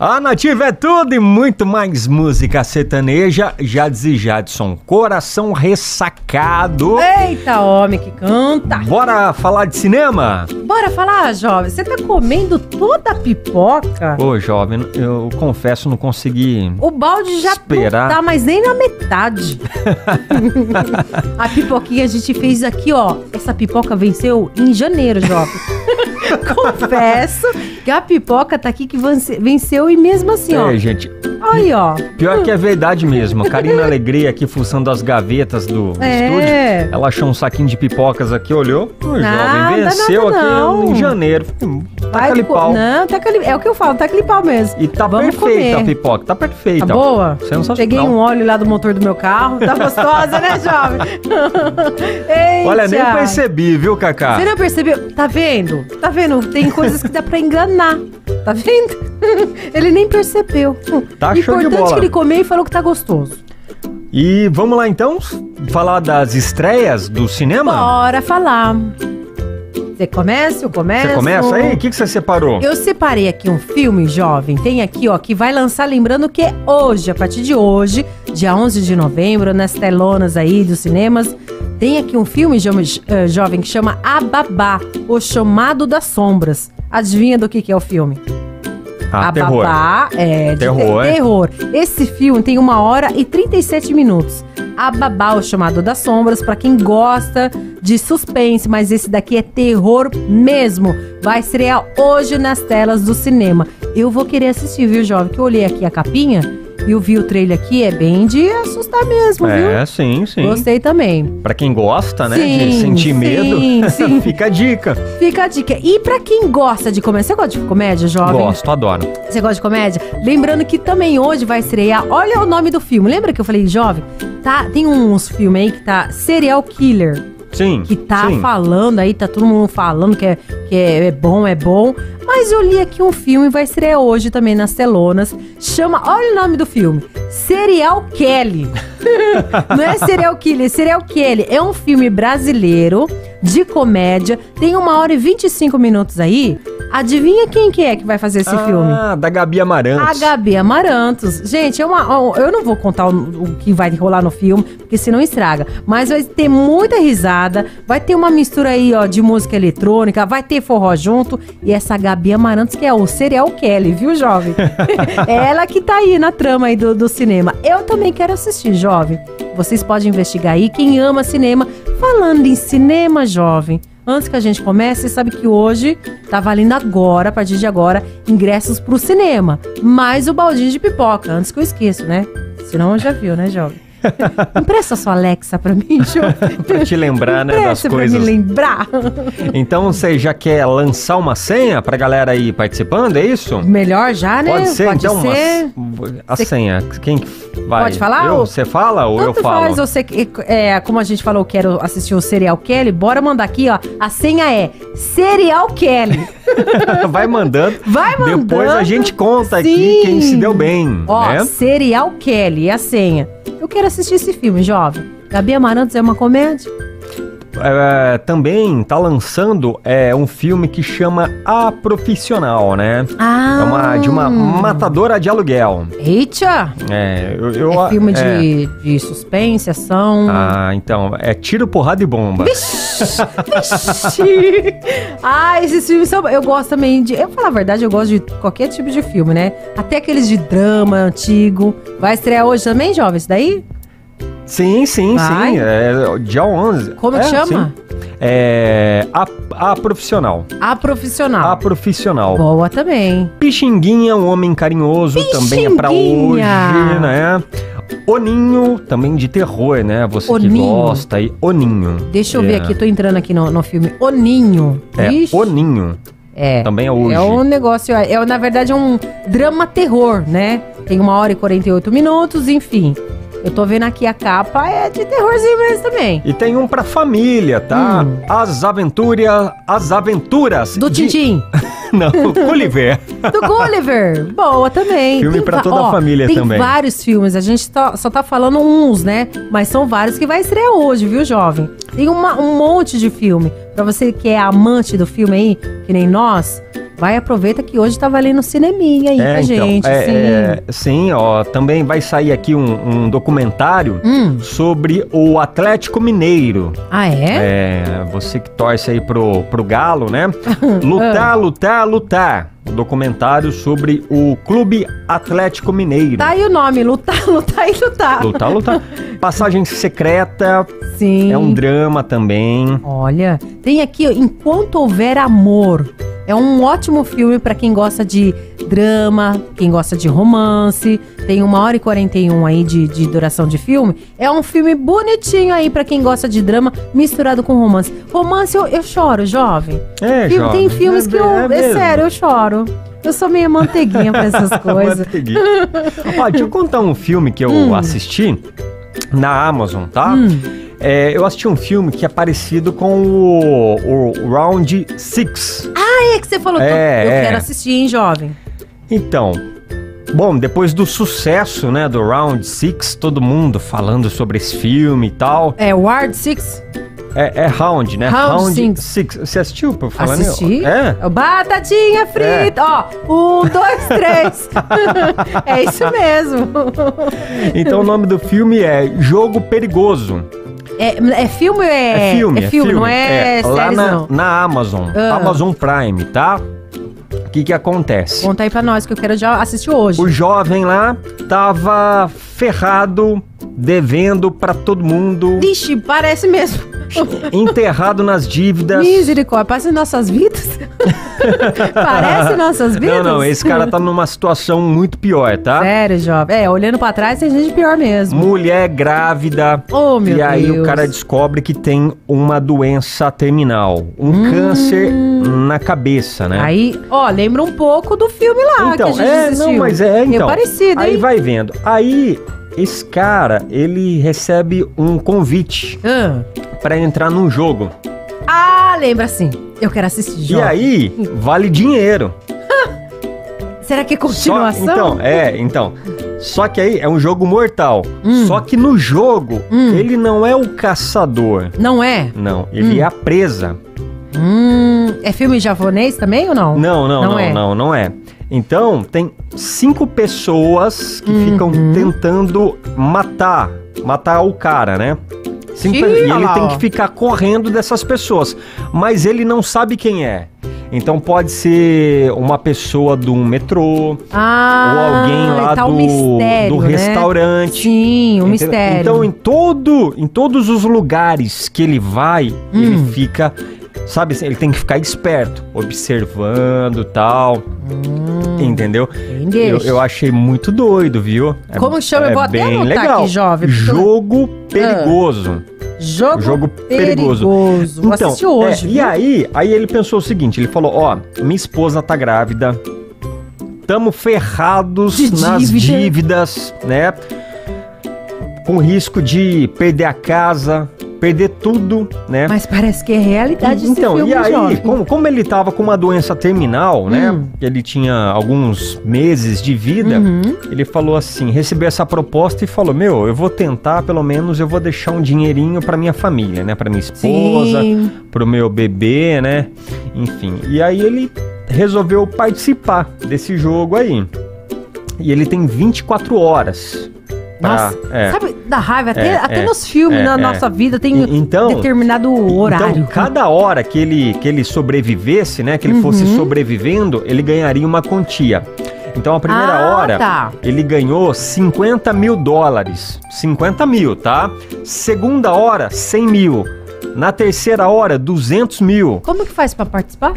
A Nativa é tudo e muito mais música sertaneja. Jades e Jadson, coração ressacado. Eita, homem que canta. Bora falar de cinema? Bora falar, jovem. Você tá comendo toda a pipoca? Ô, jovem, eu confesso, não consegui. O balde já esperar. não tá mais nem na metade. A pipoquinha a gente fez aqui, ó. Essa pipoca venceu em janeiro, jovem. Confesso que a pipoca tá aqui que venceu e mesmo assim, ó. Gente. Aí, ó. Pior que é verdade mesmo. Karina Alegria aqui fuçando as gavetas do estúdio. Ela achou um saquinho de pipocas aqui, olhou. O jovem venceu aqui em janeiro. Taca aquele pau. Não, é o que eu falo, taca aquele pau mesmo. E tá perfeita a pipoca, tá perfeita. Tá boa? Peguei um óleo lá do motor do meu carro, tá gostosa, né, jovem? Eita. Olha, nem percebi, viu, Cacá? Você não percebeu? Tá vendo? Tá vendo? Tem coisas que dá pra enganar. Tá vendo? Ele nem percebeu. Tá show de bola. Importante que ele comeu e falou que tá gostoso. E vamos lá então, falar das estreias do cinema? Bora falar. Você começa? Eu começo? Você começa aí? O que você separou? Eu separei aqui um filme, jovem. Tem aqui, ó, que vai lançar, lembrando que é hoje, a partir de hoje, dia 11 de novembro, nas telonas aí dos cinemas. Tem aqui um filme, jovem, que chama A Babá, O Chamado das Sombras. Adivinha do que é o filme? A terror. Babá é terror. Esse filme tem 1h e 37 minutos. A Babá, O Chamado das Sombras, pra quem gosta de suspense, mas esse daqui é terror mesmo. Vai estrear hoje nas telas do cinema. Eu vou querer assistir, viu, jovem? Que eu olhei aqui a capinha e eu vi o trailer aqui, é bem de assustar mesmo, viu? É, sim. Gostei também. Pra quem gosta, né, sim, de sentir medo, sim. Fica a dica. Fica a dica. E pra quem gosta de comédia, você gosta de comédia, jovem? Gosto, adoro. Você gosta de comédia? Lembrando que também hoje vai estrear, olha o nome do filme. Lembra que eu falei, jovem? Tá, tem uns filmes aí que tá Serial Killer. Sim. Que tá falando aí, tá todo mundo falando que é bom. Mas eu li aqui um filme, vai estrear hoje também nas telonas. Chama, olha o nome do filme, Serial Kelly. Não é Serial Killer, Serial Kelly. É um filme brasileiro de comédia. Tem 1h e 25 minutos aí. Adivinha quem que é que vai fazer esse filme? Ah, da Gabi Amarantos. A Gabi Amarantos. Gente, eu não vou contar o que vai rolar no filme, porque senão estraga. Mas vai ter muita risada, vai ter uma mistura aí, ó, de música eletrônica, vai ter forró junto. E essa Gabi Amarantos, que é o Serial Kelly, viu, jovem? É ela que tá aí na trama aí do cinema. Eu também quero assistir, jovem. Vocês podem investigar aí, quem ama cinema. Falando em cinema, jovem, antes que a gente comece, você sabe que hoje tá valendo agora, a partir de agora, ingressos pro cinema. Mais o baldinho de pipoca, antes que eu esqueça, né? Senão já viu, né, jovem? Empresta sua Alexa pra mim, jovem. Pra te lembrar, né, das coisas. Pra me lembrar. Então, você já quer lançar uma senha pra galera aí participando, é isso? Melhor já, né? Pode ser, então, a senha. Quem vai? Pode falar? Você fala ou eu falo? Faz, você, como a gente falou, quero assistir o Serial Kelly, bora mandar aqui, ó. A senha é Serial Kelly. Vai mandando. Vai mandando. Depois a gente conta aqui quem se deu bem. Ó, né? Serial Kelly, é a senha. Eu quero assistir esse filme, jovem. Gabi Amarantos é uma comédia? Também tá lançando um filme que chama A Profissional, né? Ah. É de uma matadora de aluguel. Eita! É filme de suspense, ação. Ah, então, é tiro, porrada e bomba. Vixe! Esses filmes são... Eu gosto também de... Eu falar a verdade, eu gosto de qualquer tipo de filme, né? Até aqueles de drama antigo. Vai estrear hoje também, jovem, isso daí? Sim. Dia 11. Como que chama? A Profissional. A Profissional. A Profissional. Boa também. Pixinguinha, um homem carinhoso, também é pra hoje, né? Oninho, também de terror, né? Você que gosta aí. Oninho. Deixa eu ver aqui, tô entrando aqui no filme. Oninho. Oninho. Também é hoje. É um negócio, na verdade é um drama terror, né? Tem 1h e 48 minutos, enfim. Eu tô vendo aqui a capa, é de terrorzinho mesmo também. E tem um pra família, tá? As aventuras... Do Tintim. Não, Gulliver. Do Gulliver. Boa também. Filme pra toda a família também. Tem vários filmes, a gente só tá falando uns, né? Mas são vários que vai estrear hoje, viu, jovem? Tem um monte de filme. Pra você que é amante do filme aí, que nem nós... vai, aproveita que hoje tá valendo cineminha aí pra gente. Sim, ó, também vai sair aqui um documentário sobre o Atlético Mineiro. Ah, é? Você que torce aí pro Galo, né? Lutar, lutar, lutar. Um documentário sobre o Clube Atlético Mineiro. Tá aí o nome, lutar, lutar e lutar. Lutar, lutar. Passagem Secreta. Sim. É um drama também. Olha, tem aqui Enquanto Houver Amor. É um ótimo filme pra quem gosta de drama, quem gosta de romance. Tem 1h41 aí de duração de filme. É um filme bonitinho aí pra quem gosta de drama misturado com romance. Romance eu choro, jovem. Jovem. Tem filmes que é sério, eu choro. Eu sou meio manteiguinha pra essas coisas. Ó, deixa eu contar um filme que eu assisti na Amazon, tá? Eu assisti um filme que é parecido com o Round 6. Ah, é que você falou que eu quero assistir, hein, jovem? Então, bom, depois do sucesso, né, do Round 6, todo mundo falando sobre esse filme e tal. É Round 6? É Round, né? Round 6. Você assistiu, por falar nisso? Assisti. Batatinha frita. Ó, 1, 2, 3. É isso mesmo. Então o nome do filme é Jogo Perigoso. É filme ou é filme, não é série, não? Na Amazon, Amazon Prime, tá? O que acontece? Conta aí pra nós, que eu quero já assistir hoje. O jovem lá tava ferrado, devendo pra todo mundo. Vixe, parece mesmo. Enterrado nas dívidas. Misericórdia, parece nossas vidas? Parece nossas vidas? Não, esse cara tá numa situação muito pior, tá? Sério, jovem. Olhando pra trás tem gente pior mesmo. Mulher grávida. Oh, meu Deus. E aí o cara descobre que tem uma doença terminal. Um câncer na cabeça, né? Aí, lembra um pouco do filme lá que a gente assistiu. Não, mas então. É parecido, aí hein? vai vendo. Aí, esse cara, ele recebe um convite pra entrar num jogo. Ah, lembra sim. Eu quero assistir jogo. E aí, vale dinheiro. Será que é continuação? Então. Só que aí é um jogo mortal. Só que no jogo, ele não é o caçador. Não é? Não, ele é a presa. É filme japonês também ou não? Não é. Então, tem 5 pessoas que ficam tentando matar o cara, né? E ele tem que ficar correndo dessas pessoas. Mas ele não sabe quem é. Então pode ser uma pessoa do metrô, ou alguém lá do restaurante. Sim, mistério. Então em todos os lugares que ele vai, ele fica, sabe, ele tem que ficar esperto, observando e tal. Entendeu? Eu achei muito doido, viu? Como chama? Eu vou até anotar legal. Aqui, jovem. Jogo Perigoso. Jogo Perigoso. Vou assistir hoje. E aí ele pensou o seguinte, ele falou, minha esposa tá grávida, tamo ferrados nas dívidas, né? Com risco de perder a casa, perder tudo, né? Mas parece que é realidade esse filme, e aí, como ele tava com uma doença terminal, né? Ele tinha alguns meses de vida, ele falou assim, recebeu essa proposta e falou, eu vou tentar, pelo menos eu vou deixar um dinheirinho pra minha família, né? Pra minha esposa, pro meu bebê, né? Enfim, e aí ele resolveu participar desse jogo aí. E ele tem 24 horas. Nossa, sabe, dá raiva, até nos filmes, na nossa vida, tem determinado horário. Então, cada hora que ele sobrevivesse, né, que ele fosse sobrevivendo, ele ganharia uma quantia. Então, a primeira hora, ele ganhou $50 mil. 50 mil, tá? Segunda hora, 100 mil. Na terceira hora, 200 mil. Como que faz pra participar?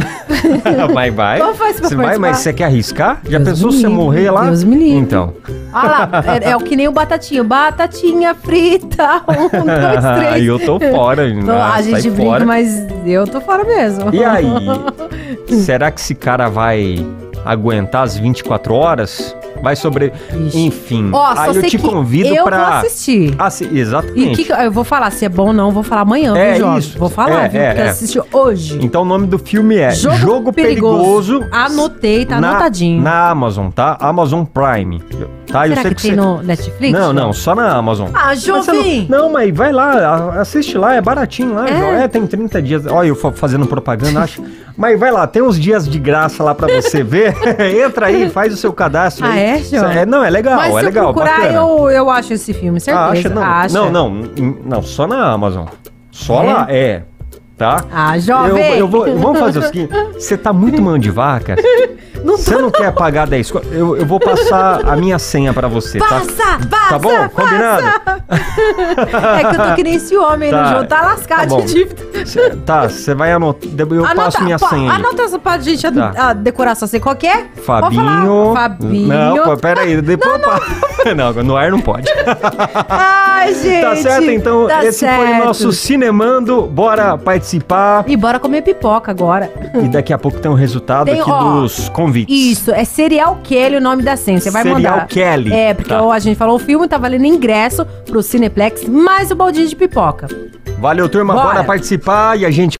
Vai. Como faz pra participar? Mas você quer arriscar? Já pensou se você morrer lá? Deus me livre. Então. Olha lá, é o que nem o Batatinha. Batatinha frita, 1, 2, 3. Aí eu tô fora. A gente brinca, fora. Mas eu tô fora mesmo. E aí? Será que esse cara vai aguentar as 24 horas? Vai Enfim, aí eu te convido pra... Eu vou assistir. Exatamente. E eu vou falar, se é bom ou não, vou falar amanhã, viu, Jorge? Isso. Vou falar, viu? Porque eu assisti hoje. Então o nome do filme é Jogo Perigoso. Anotei, tá anotadinho. Na Amazon, tá? Amazon Prime. tá? Será que tem no Netflix? Não, só na Amazon. Ah, jovem! Não, mas vai lá, assiste lá, é baratinho lá. Tem 30 dias. Olha, eu fazendo propaganda, acho. Mas vai lá, tem uns dias de graça lá pra você ver. Entra aí, faz o seu cadastro. Ah, aí. João? Não, é legal, mas é legal. Se eu procurar, eu acho esse filme, certeza. Não, só na Amazon. Só lá, tá? Ah, jovem! Vamos fazer o seguinte, você tá muito mão de vaca. Você não quer pagar 10 conto? Eu vou passar a minha senha pra você, passa, tá? Tá bom? Combinado? É que eu tô que nem esse homem, né, João? Tá lascado de dívida. Você vai anotar. Eu passo minha senha aí. Anota pra gente decorar sua senha. Qual que é? Fabinho. Fabinho. Peraí. Depois não, no ar não pode. Ai, gente. Tá certo, então. Esse foi o nosso Cinemando. Bora participar. E bora comer pipoca agora. E daqui a pouco tem um resultado aqui dos convites. Isso, é Serial Kelly o nome da senha. Você vai mandar. Serial Kelly. Porque a gente falou o filme, tá valendo ingresso pro Cineplex, mais o baldinho de pipoca. Valeu, turma. Bora participar e a gente